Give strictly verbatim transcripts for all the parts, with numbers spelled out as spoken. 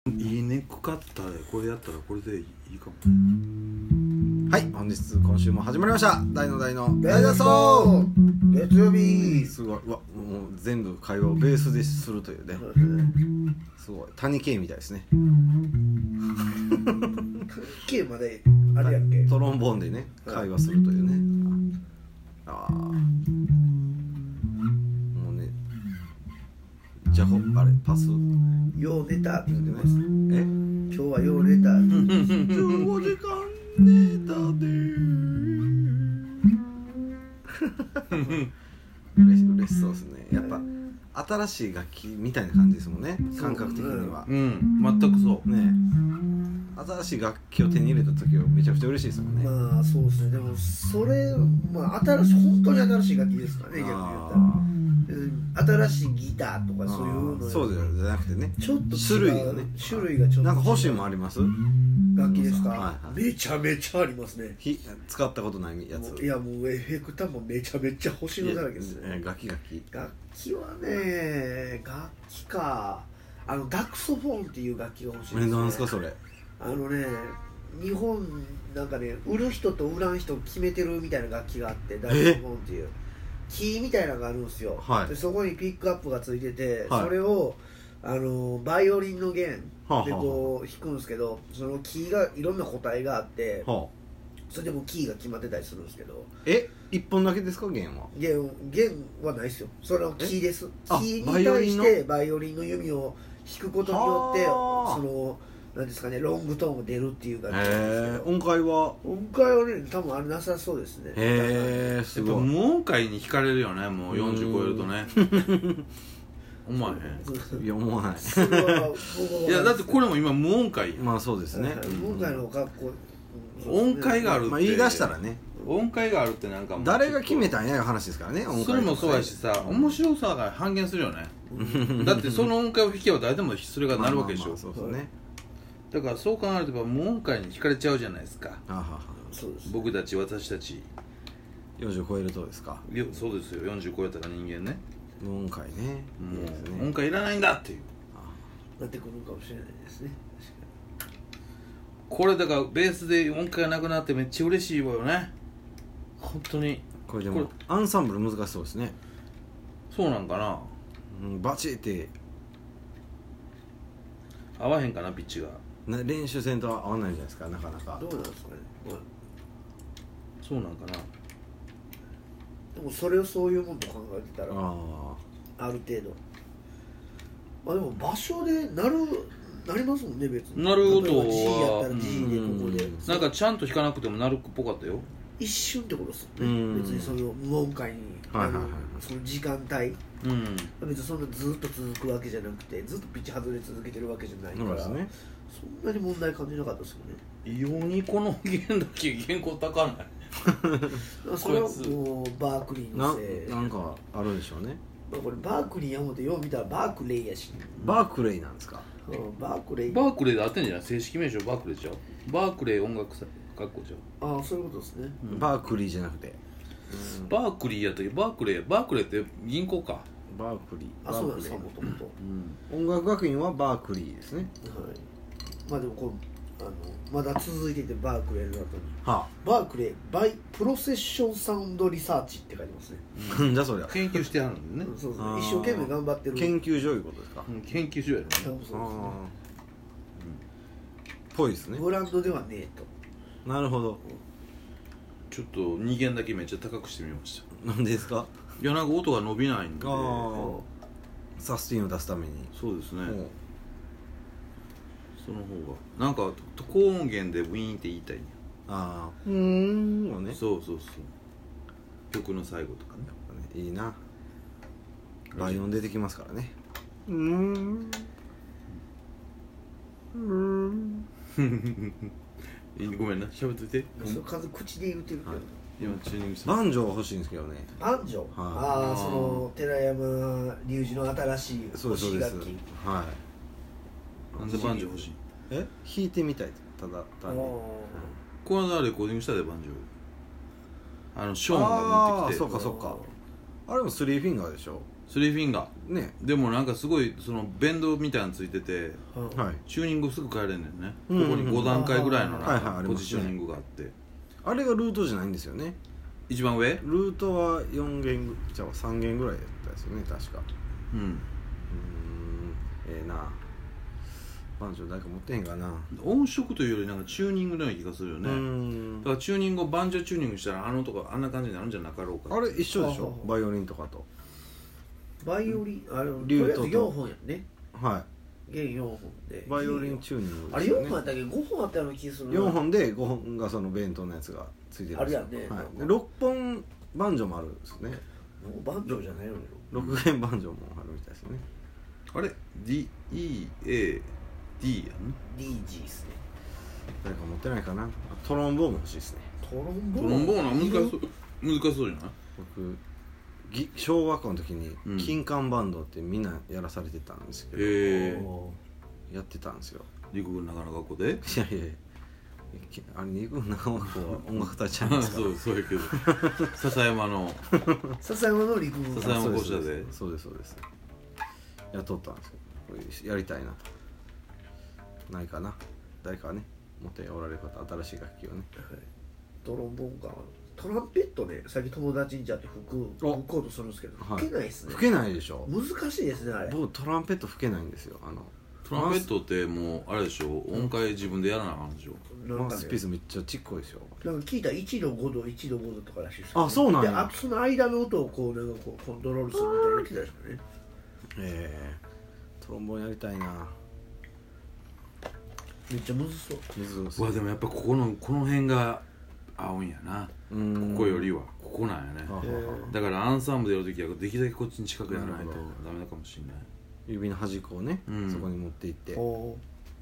いいネックカッターでこれやったらこれでいいかも。 はい、本日今週も始まりました大の大の大脱走月曜日。 すごい、うわ、もう全部会話をベースでするというね、すごい谷圭みたいですね。 K まであれやっけ、 トロンボーンでね会話するというね、ああもうね、じゃああれパスよう寝たって言ってます。 え今日はよう寝た。 じゅうごじかん寝たで嬉し嬉しそうですね。やっぱ新しい楽器みたいな感じですもんね、感覚的には。 うん、全くそうねえ、新しい楽器を手に入れた時はめちゃくちゃ嬉しいですもんね。 まあそうですね。でもそれ、まあ新しい、本当に新しい楽器ですからね、逆に言ったら。新しいギターとかそういうの、 そうじゃなくてね、 ちょっと種類がね、 種類がちょっとなんか欲しいもんあります？ 楽器ですか、 はいはい、 めちゃめちゃありますね。 ひ使ったことないやつ。 いやもうエフェクターもめちゃめちゃ欲しいのだらけですね。 楽器楽器楽器はね、楽器か、あのダクソフォンっていう楽器が欲しいですね。 なんですかそれ。 あのね、日本なんかね、売る人と売らん人決めてるみたいな楽器があって、ダクソフォンっていうキーみたいなのがあるんですよ、 はい、 でそこにピックアップがついてて、 はい、 それをあのバイオリンの弦ではあこう弾くんですけど、そのキーがいろんな個体があって、はあ、それでもキーが決まってたりするんですけど。 え、一本だけですか弦は？ 弦弦はないですよ、それはキーです。キーに対しバイオリンのてバイオリンの弓を弾くことによってそのなんですかね、ロングトーンが出るっていう楽器なんですけど。 音階は音階はね、多分あれなさそうですね。 へえ、すごい。 やっぱ無音階に惹かれるよね、もうよんじゅう超えるとね。思わへん。 いや、思わない。 いや、だってこれも今無音階。 まあそうですね。 無音階の方がかっこいい。 音階があるって、 まあ言い出したらね、 音階があるってなんかもう誰が決めたんやいう話ですからね。 それもそうやしさ、面白さが半減するよね。だってその音階を弾けば誰でもそれがなるわけでしょ。 そうですね。 だからそう考えると無音階に惹かれちゃうじゃないですか。 あはは、 そうです。 僕たち、私たちよんじゅう超えるとですか。 よそうですよ、よんじゅう超えたら人間ね、 無音階ね、 もう、 ね、 音階いらないんだっていうなってくるかもしれないですね。 これだからベースで音階がなくなってめっちゃ嬉しいわよね、本当に。 これでもアンサンブル難しそうですね。 そうなんかな、 うん、バチって合わへんかな、ピッチが。 な練習戦とは合わないんじゃないですか、なかなか。 どうなんですかね、まあ、 そうなんかな。 でもそれをそういうもんと考えてたら、 あある程度、まあ、でも場所でなるなりますもんね、別に。 なる音は G やったら G でここでなんかちゃんと弾かなくてもなるっぽかったよ。 一瞬ってことですよね。別にその無音階に、 はいはいはい、 その時間帯、 うん、 別にそんなずっと続くわけじゃなくて、ずっとピッチ外れ続けてるわけじゃないから、 そうですね、 そんなに問題感じなかったですよね。 異様にこの弦だけ原稿高ないそれはもうバークリーのせいな, なんかあるでしょうね。 まあこれバークリーやもてよう見たらバークレイやし、 バークレイなんですか。 うん、バークレイ、 バークレーで合ってんじゃない？正式名称バークレーちゃう？バークレー音楽学校ちゃう？ ああ、そういうことですね、 うん、バークリーじゃなくて、 うん、バークリーやったっけ？バークレーバークレーって銀行か。 バークリー、 あ、そうなんですか、もともと。 音楽学院はバークリーですね。 はい。まあでもこうあのまだ続いていて、バークレーの後に、 はあ、 バークレーバイプロセッションサウンドリサーチって書いてますね。 なんじゃそりゃ。 研究してはるんでね。 そうそう、一生懸命頑張ってる研究所いうことですか。 うん、研究所やろね。 そうですね。 ぽいですね。 ブランドではねえと。 なるほど。 ちょっとに弦だけめっちゃ高くしてみました。 なんでですか。 いや、なんか音が伸びないんで。 あサスティンを出すために。 そうですね、その方がなんか高音源でウィーンって言いたいんや。 ああ、うーんをね。 そうそうそう、曲の最後とかね。 いいな、倍音出てきますからね。うーんうーんごめんな、喋っといて。 その数口で言うてるけど、はい、 今チューニングしてバンジョー欲しいんですけどね。 バンジョー、ああ、その寺山隆二の新しい欲しい楽器。はい。 なんでバンジョー欲しい？ え、弾いてみたい、ただ単に。 この間レコーディングしたでバンジョー。あのショーンが持ってきて。 ああ、そうかそうか。あれもスリーフィンガーでしょ。 スリーフィンガーね。 でもなんかすごいそのベンドみたいなのついててはい。 チューニングすぐ変えれんねんね、 うんここにご段階ぐらいのなんはいはいかありますねポジショニングがあって、 あれがルートじゃないんですよね。 一番上ルートはよん弦ぐじゃあさん弦ぐらいだったですよね確か。 うんうーんええな。バンジョー誰か持ってへんかな。 音色というよりなんかチューニングのような気がするよね、 うーんだからチューニングをバンジョーチューニングしたらあのとかあんな感じになるんじゃなかろうか。 あれ一緒でしょはあはあバイオリンとかと。 バイオリンあのとリュートとりあえずよんほんやんねは弦よんほんでい。バイオリンチューニングあれですよよんほんやったっけごほんあったような気するなよんほんでごほんがそのベントのやつがついてるんですよ。 あるやんねはい、でろっぽんバンジョーもあるんですね。 もうバンジョーじゃないのよろく弦バンジョーもあるみたいですね。 あれ ディーイーエーディー やんディージー っすね誰か持ってないかな。あトロンボーンも欲しいですね。 トロンボーントロンボーンは難しそう難しそうじゃない僕ぎ小学校の時にうん金管バンドってみんなやらされてたんですけど、 へえおやってたんですよ。 陸軍長野学校でいやいやいやきあれ肉の長学校は音楽隊ちゃいますからそうそうやけど笹山のー笹山の陸軍笹山そうで校舎でそうですそうですやっとったんですよ。これやりたいなと。ないかな。誰かね持っておられる方新しい楽器をね。 トロンボーンかトランペットねさっき友達にじゃって吹くお吹こうとするんですけどはい吹けないっすね吹けないでしょ。 難しいですねあれ僕トランペット吹けないんですよ。あのトランペットってもうあれでしょ音階自分でやらなあかんでしょなんかねマウスピースめっちゃちっこいですよ。 なんか聞いたらいちどごどいちどごどとからしいですあそうなんやであとその間の音をこうなんかこうコントロールするみたいな言ってたでしょうねええトロンボーンやりたいな。 めっちゃむずそう水うわでもやっぱここのこの辺が合うんやなうーんここよりはここなんやねはははだからアンサンブルやるときはできるだけこっちに近くやらないとなるほどダメかもしれない指の端っこをね、 うんそこに持っていってほ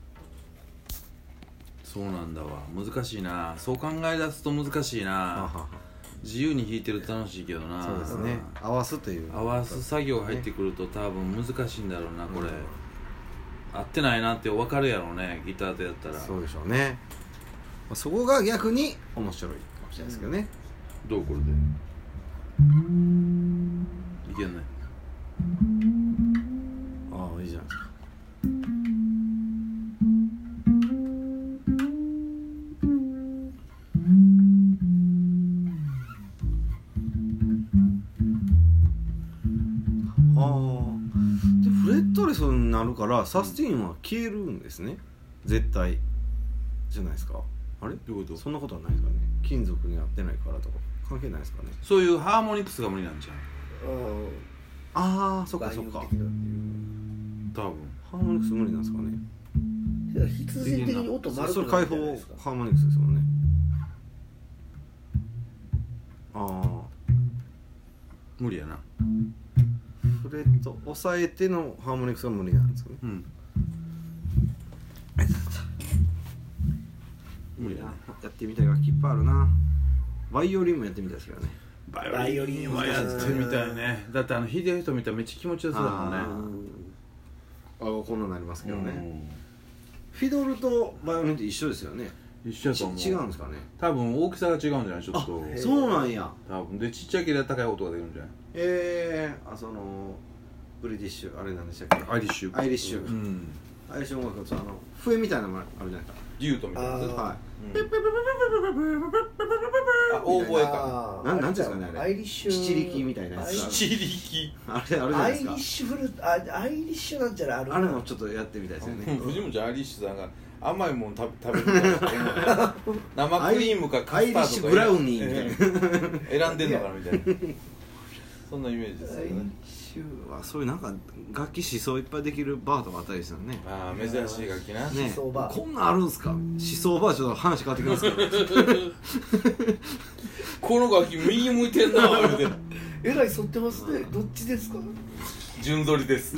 そうなんだわ難しいなそう考え出すと難しいはなはは自由に弾いてると楽しいけどなそうですね合わすという合わす作業入ってくると多分難しいんだろうなこれ、合ってないなって分かるやろうねギターでやったらそうでしょうね。まあそこが逆に面白いかもしれないですけどね。 どうこれでいけんねああいいじゃないですか。ああでフレットレスになるからサスティーンは消えるんですね絶対じゃないですか。あれどういうことそんなことはないですかね。金属に合ってないからとか関係ないですかね。 そういうハーモニクスが無理なんじゃんうああそっかバイオそっか。 的なっていう多分ハーモニクス無理なんですかね。 だから必然的に音丸くなそれ開放るじゃないですかハーモニクスですもんね。あ無理やなあフレット押さえてのハーモニクスは無理なんですよね。 うん無理やなやってみたい楽器いっぱいあるな。バイオリンもやってみたいですけどね。 バイオリンはやってみたいねだってあの弾いてる人見たらめっちゃ気持ちよさそうだもんねあーあこんなんなりますけどね、 うんフィドルとバイオリンって一緒ですよね。 一緒やと思うち違うんですかね。 多分大きさが違うんじゃないちょっとへーそうなんや。 多分でちっちゃいけど高い音が出るんじゃないええー、あそのブリティッシュあれなんでしたっけ。 アイリッシュアイリッシュ、 うんアイリッシュ音楽とあの笛みたいなのもあるじゃないですか。 デュートみたいなやつあーはあオーボエかあーなんなんていうんですかねあれアイリッシュ七力みたいなやつアイ七力いあれあるじゃなアイリいですか。 ッシュフルあアイリッシュなんちゃらあるなあれもちょっとやってみたいですよね。 藤本ちゃんアイリッシュさんが甘いもん食べ食べるから生クリームかカアイリスタードかッシュブラウニーみたいな。 えー選んでんのかなみたいなそんなイメージですよねシュはそういうなんか楽器思想いっぱいできるバーとかあったりですよね。 ああ珍しい楽器なね思想バーこんなんあるんすか。思想バーちょっと話変わってきますけど。 この楽器右向いてんな言うてえらい反ってますねどっちですか順取りです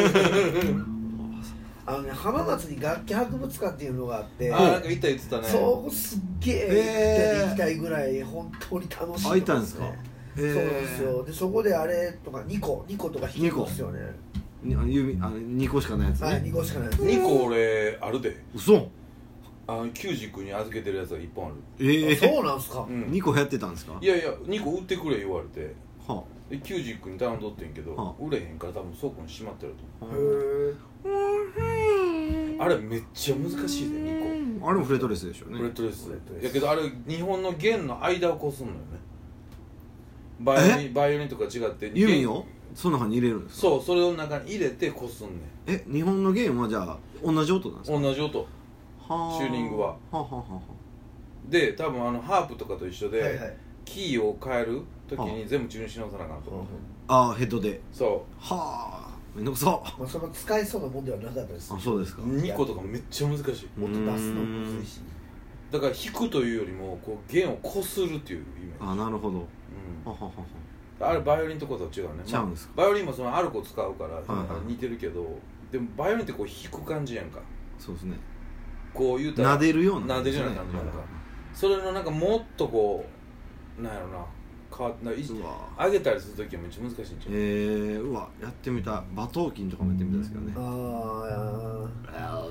あのね浜松に楽器博物館っていうのがあってああなんか言った言ってたねそうすっげえ行きたいぐらい本当に楽しいあいたんですか。 そうなんですよでそこであれとかにこにことか弾くんですよねにあ指あにこしかないやつはいね。 にこしかないですにこ俺あるで嘘。 あのキュージックに預けてるやつがいっぽんあるええあそうなんすかうんにこやってたんですか。 いやいやにこ売ってくれ言われてはでキュージックに頼んどってんけど、 は売れへんから多分倉庫にしまってると思へえう。あれめっちゃ難しいでにこあれもフレットレスでしょうね。 フレットレスフレットレスやけどあれ日本の弦の間をこすんのよね。バイオリンバイオリンとか違って弓をその中に入れるんですか？ そうそれを中に入れてこすんねん。 え日本の弦はじゃあ同じ音なんですか？ 同じ音はあチューニングははあはあはで多分あのハープとかと一緒で、 はいはいキーを変える時に全部チューニングし直さなあかんと思う、 あはあヘッドでそはあめんどくさまあその使えそうなもんではなかったですあそうですかうにことかめっちゃ難しい。 もっと出すのもむずいしだから弾くというよりもこう弦をこするっていうイメージ。 あなるほどうんははははあれバイオリンとことは違うね。 ちゃうんですかまあバイオリンもそのアルコ使うから、 いはい似てるけどでもバイオリンってこう弾く感じやんか。 そうですねこう言うたら撫でるような撫でるような感じやんか。それのなんかもっとこうなんやろな変わないうわ上げたりするときはめっちゃ難しいんちゃう。 えー、うわやってみたい馬頭琴とかもやってみたいですけどねああ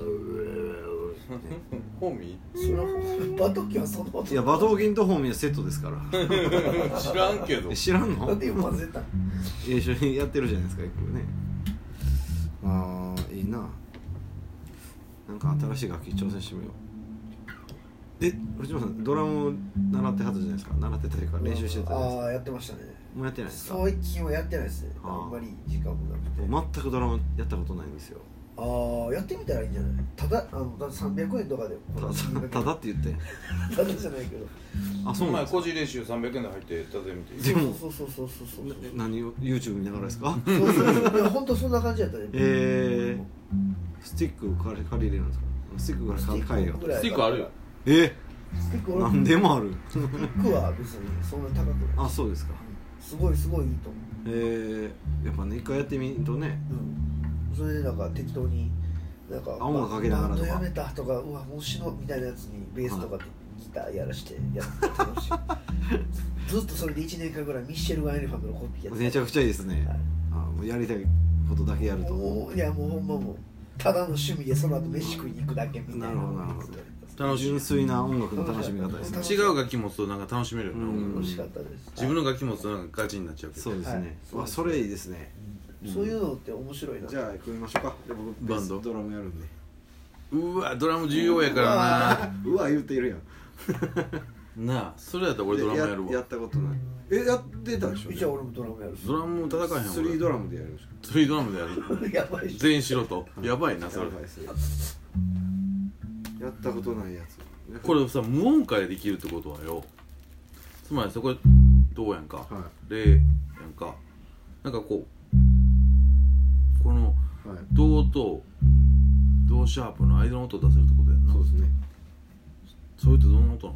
ホーミそれはバトキはその音いや馬頭琴とホーミーはセットですからー知らんけどえ知らんのなんで混ぜた一緒にやってるじゃないですかよくねああいいななんか新しい楽器挑戦してみようえ藤本さんドラム習ってはったじゃないですか習ってたというか練習してたじゃないですかああやってましたねもうやってないですか最近はやってないですねあーあんまり時間もなくて全くドラムやったことないんですよああやってみたらいいんじゃないただあのだってさんびゃくえんとかでただただって言ってただじゃないけどあそうなん前ですか個人練習さんびゃくえんで入ってたぜみたいでもそうそうそうそうそうそうな何を YouTube 見ながらですかそうそうそういや本当そんな感じやったねえー、スティック借り借りれるんですかスティックから買買えよぐらいスティックあるよえスティック俺何でもあるスティックは別にそんな高くないあそうですかすごいすごいいいと思うえー、やっぱね一回やってみるとねうんそれでなんか適当になんかあ音楽かけながらとかバンドやめたとかうわもう死のうみたいなやつにベースとかでギターやらしてやって楽しいずっとそれでいちねんかんぐらいミッシェルガン・エレファントのコピーやってめちゃくちゃいいですね、 はいあもうやりたいことだけやるともういやもうほんまもうただの趣味でその後飯食いに行くだけみたいななるほどなるほど楽しい純粋な音楽の楽しみ方ですね楽し違う楽器持つとなんか楽しめるよね、 うん楽しかったです自分の楽器持つとなんかガチになっちゃうけどそうですね、 はいわそれいいですねそういうのって面白いなじゃあ組みましょうかで僕ベースバンドドラムやるんでうわドラム重要やからなうわ言っているやんなあそれやったら俺ドラムやるわやったことないえやってたでしょじゃあ俺もドラムやるドラム叩かへんスリードラムでやりましょスリードラムでやるやばいし全員素人やばいなそれやばいっすねやったことないやつこれさ無音階でできるってことはよつまりそこどうやんか、 はレやんかなんかこうこのいはいドとドシャープの間の音を出せるってことやんなそうですねそれってどんな音なの？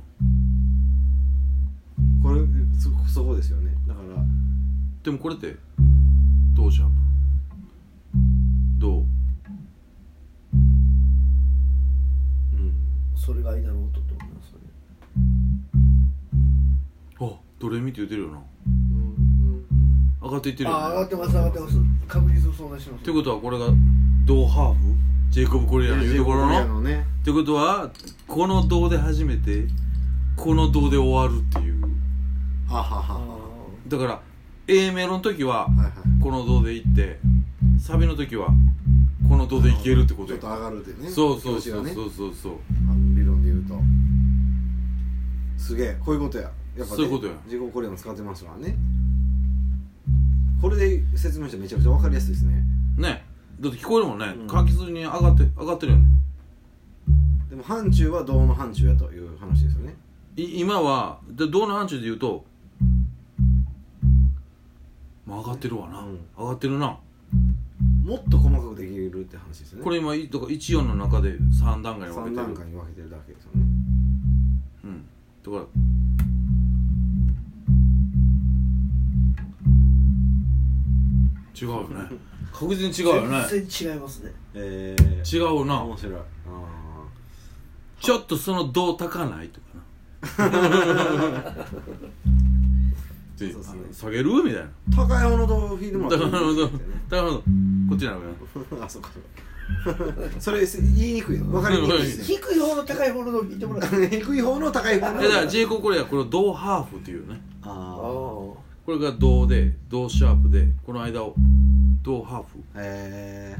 これそそこですよねだからでもこれってドシャープドうんそれが間の音ってことなんですかねあドレミって言ってるよなうん上がっていってるよねああ上がってます上がってます確実そうなしてますってことはこれがドハーフジェイコブ・コリアの言うところののねってことはこのドで始めてこのドで終わるっていうはははあはだから A メロの時ははいはいこのドでいってサビの時はこのドでいけるってことやちょっと上がるでねそうそうそう調子がねそうそうそうあの理論で言うとすげえこういうことややっぱ、ね、 そういうことや自己コリアも使ってますわねこれで説明してめちゃくちゃ分かりやすいですねねだって聞こえるもんね、 うん書き筋に上がって上がってるよねでも範疇は銅の範疇やという話ですよねい今はでどの範疇で言うとまあ上がってるわな、 うん上がってるなもっと細かくできるって話ですよねこれ今いだからいち音の中でさん段階に分けさんてる段階に分けてるだけですよねうんだから違うよね確実に違うよね全然違いますねえー、 違うな面白いあちょっとその銅高ないとかなでそうっすね下げるみたいなー高い方の銅を弾いてもら高い方の銅っていいです高い方のこっちなのかなあそうかそうかそれ言いにくい分かりにくいですね低い方の高い方の弾いてもらって低い方の高い方のえだから J ココレはこれを銅ハーフっていうねああこれがドでドシャープでこの間をドハーフ。 へえ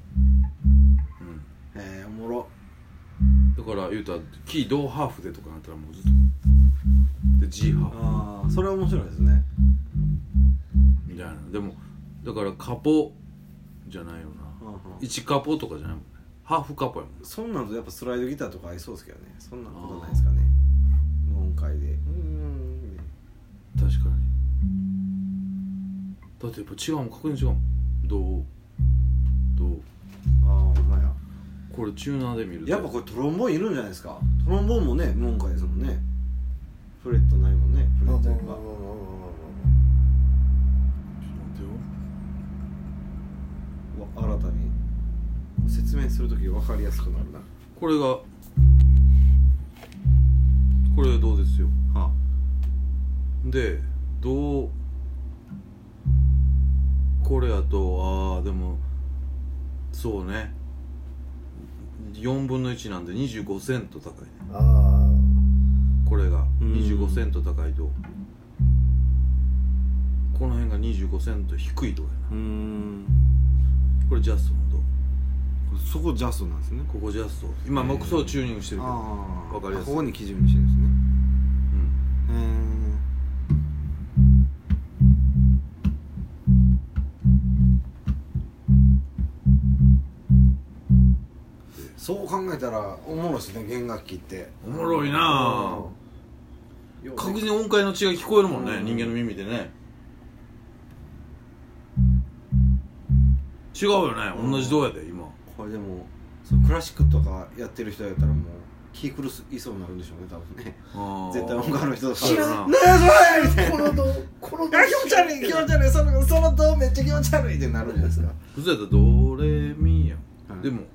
うん、 へえおもろ。 だから言うたらキードハーフでとかなったらもうずっとで G ハーフああそれは面白いですね。 みたいな。でもだからカポじゃないよな、いちカポとかじゃないもんね、ハーフカポやもん。 そんなのとやっぱスライドギターとか合いそうですけどね。そんなことないですかね無音階で。うーん確かに。だってやっぱ違うもん、確認違うもん。どうどうああほんまや。 これチューナーで見るとやっぱこれトロンボーンいるんじゃないですか。トロンボーンもね無音階ですもんね。フレットないもんね。フレットいうかちょっと待ってよ。 うわ新たに説明するとき分かりやすくなるな。 これがこれどうですよ。 はでどうこれやとああでもそうねよんぶんのいちなんでにじゅうごセント高いね。 あこれがうんにじゅうごセント高いとこの辺がにじゅうごセント低いとかやうーんな。これジャストのどそこジャストなんですね。 ここジャスト今木層チューニングしてるけどああわかりやすい。 ここに基準にしてるんですね。 うんへえそう考えたらおもろいですね弦楽器って。 おもろいなうん確実に音階の違い聞こえるもんね、 うん人間の耳でね。違うよね、 うん同じ銅やで今。 これでもそうクラシックとかやってる人やったらもう気狂いそうになるんでしょうね多分ね。 あー絶対音楽の人とか知らんねえそれみたいなこのどこのあ気持ち悪い気持ち悪いそのその銅めっちゃ気持ち悪いってなるじゃないですか。 普通やったらドレミやん、 はいでも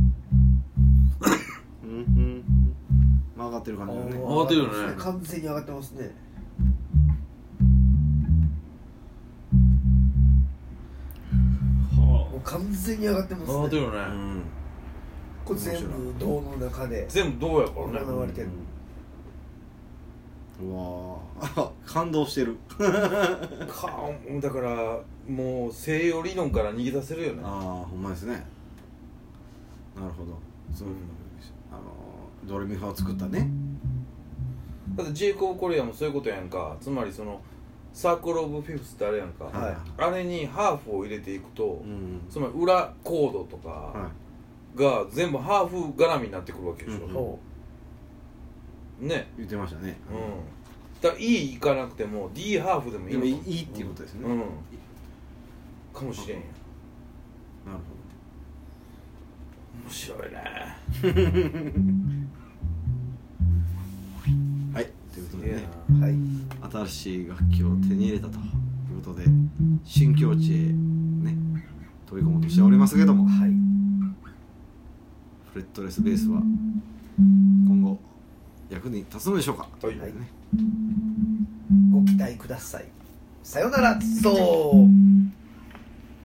うんうん曲がってる感じだね。 上がってるよね完全に上がってますね。もう完全に上がってますね。 上がってるよね、 うんこれ全部銅の中で全部銅やからね。 行われてる。 うわあ感動してる。 かだからもう西洋理論から逃げ出せるよね。 ああほんまですね。なるほど。そう、 うんあのドレミファを作ったね。 だってジェイコブ・コリアもそういうことやんか。つまりそのサークル・オブ・フィフスってあれやんか、 はいあれにハーフを入れていくと、 うんつまり裏コードとかはが全部ハーフ絡みになってくるわけでしょ、 うんそね、 い言ってましたね。 うん、だから E 行かなくても D ハーフでもいいでもいいのかもいいっていうことですね。 うん、かもしれんや。 なる面白いね。 ほど。はいということでねう。はい。 新しい楽器を手に入れたということで新境地へね飛び込もうとしておりますけども、 はい。 フレットレスベースは今後役に立つのでしょうか。 はいはいねご期待ください。さよなら。そう。